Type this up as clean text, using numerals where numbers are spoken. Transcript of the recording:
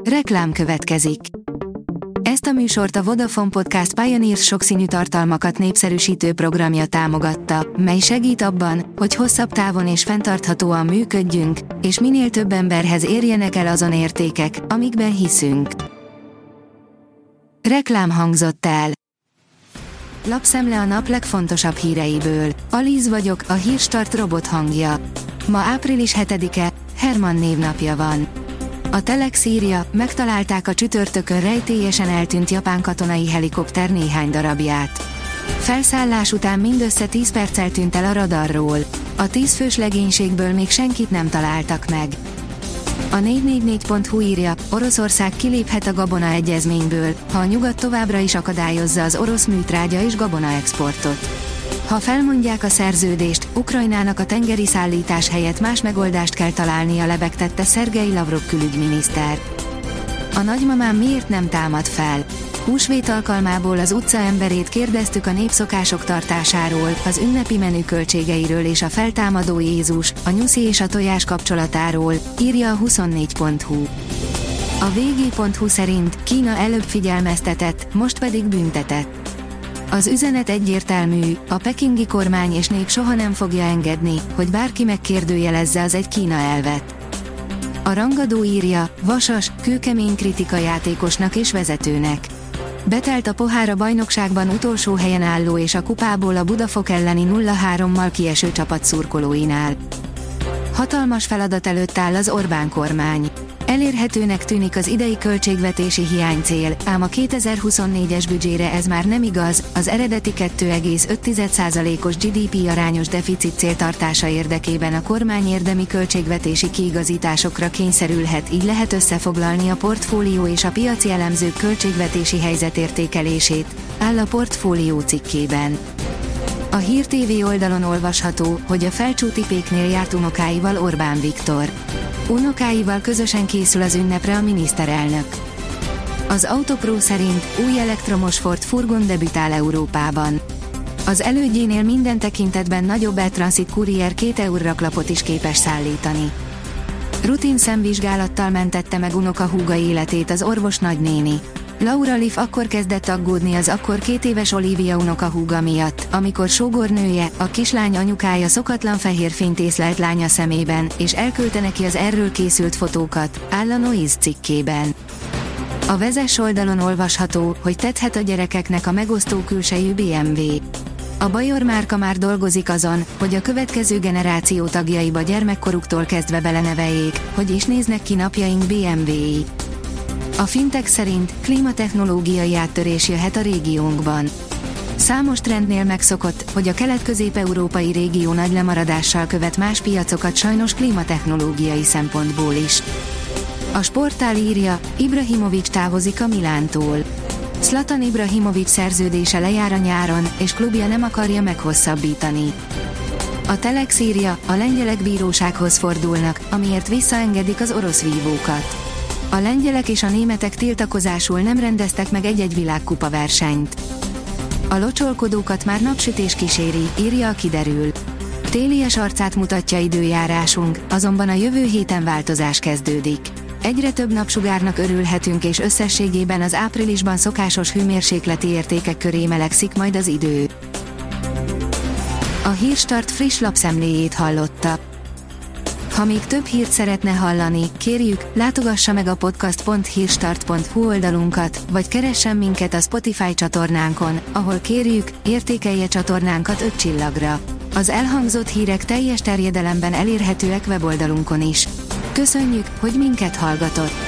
Reklám következik. Ezt a műsort a Vodafone Podcast Pioneers sokszínű tartalmakat népszerűsítő programja támogatta, mely segít abban, hogy hosszabb távon és fenntarthatóan működjünk, és minél több emberhez érjenek el azon értékek, amikben hiszünk. Reklám hangzott el. Lapszemle a nap legfontosabb híreiből. Alíz vagyok, a Hírstart robot hangja. Ma április 7-e, Hermann névnapja van. A Telex írja, megtalálták a csütörtökön rejtélyesen eltűnt japán katonai helikopter néhány darabját. Felszállás után mindössze 10 perccel tűnt el a radarról. A 10 fős legénységből még senkit nem találtak meg. A 444.hu írja, Oroszország kiléphet a gabona egyezményből, ha a nyugat továbbra is akadályozza az orosz műtrágya és gabona exportot. Ha felmondják a szerződést, Ukrajnának a tengeri szállítás helyett más megoldást kell találnia, lebegtette Szergej Lavrov külügyminiszter. A nagymamám miért nem támad fel? Húsvét alkalmából az utca emberét kérdeztük a népszokások tartásáról, az ünnepi menü költségeiről és a feltámadó Jézus, a nyuszi és a tojás kapcsolatáról, írja a 24.hu. A vg.hu szerint Kína előbb figyelmeztetett, most pedig büntetett. Az üzenet egyértelmű, a pekingi kormány és nép soha nem fogja engedni, hogy bárki megkérdőjelezze az egy Kína elvet. A rangadó írja, vasas, kőkemény kritika játékosnak és vezetőnek. Betelt a pohár a bajnokságban utolsó helyen álló és a kupából a Budafok elleni 0-3-mal kieső csapat szurkolóinál. Hatalmas feladat előtt áll az Orbán kormány. Elérhetőnek tűnik az idei költségvetési hiánycél, ám a 2024-es büdzsére ez már nem igaz, az eredeti 2,5%-os GDP arányos deficit céltartása érdekében a kormány érdemi költségvetési kiigazításokra kényszerülhet, így lehet összefoglalni a portfólió és a piaci elemzők költségvetési helyzetértékelését, áll a Portfólió cikkében. A Hír TV oldalon olvasható, hogy a Felcsúti Péknél járt unokáival Orbán Viktor. Unokáival közösen készül az ünnepre a miniszterelnök. Az Autopro szerint új elektromos Ford furgon debütál Európában. Az elődjénél minden tekintetben nagyobb e-Transit Courier 2 raklapot is képes szállítani. Rutin szemvizsgálattal mentette meg unoka húga életét az orvos nagynéni. Laura Leaf akkor kezdett aggódni az akkor 2 éves Olivia unoka húga miatt, amikor sógornője, a kislány anyukája szokatlan fehér fényt észlelt lánya szemében, és elküldte neki az erről készült fotókat, áll a Noise cikkében. A Vezess oldalon olvasható, hogy tethet a gyerekeknek a megosztó külsejű BMW. A Bajor márka már dolgozik azon, hogy a következő generáció tagjaiba gyermekkoruktól kezdve beleneveljék, hogy is néznek ki napjaink BMW-i. A Fintech szerint klímatechnológiai áttörés jöhet a régiónkban. Számos trendnél megszokott, hogy a kelet-közép-európai régió nagy lemaradással követ más piacokat sajnos klímatechnológiai szempontból is. A Sportál írja, Ibrahimović távozik a Milántól. Zlatan Ibrahimović szerződése lejár a nyáron, és klubja nem akarja meghosszabbítani. A Telex írja, a lengyelek bírósághoz fordulnak, amiért visszaengedik az orosz vívókat. A lengyelek és a németek tiltakozásul nem rendeztek meg egy-egy világkupa versenyt. A locsolkodókat már napsütés kíséri, írja a Kiderül. Télies arcát mutatja időjárásunk, azonban a jövő héten változás kezdődik. Egyre több napsugárnak örülhetünk és összességében az áprilisban szokásos hőmérsékleti értékek köré melegszik majd az idő. A Hírstart friss lapszemléjét hallotta. Ha még több hírt szeretne hallani, kérjük, látogassa meg a podcast.hírstart.hu oldalunkat, vagy keressen minket a Spotify csatornánkon, ahol kérjük, értékelje csatornánkat 5 csillagra. Az elhangzott hírek teljes terjedelemben elérhetőek weboldalunkon is. Köszönjük, hogy minket hallgatott!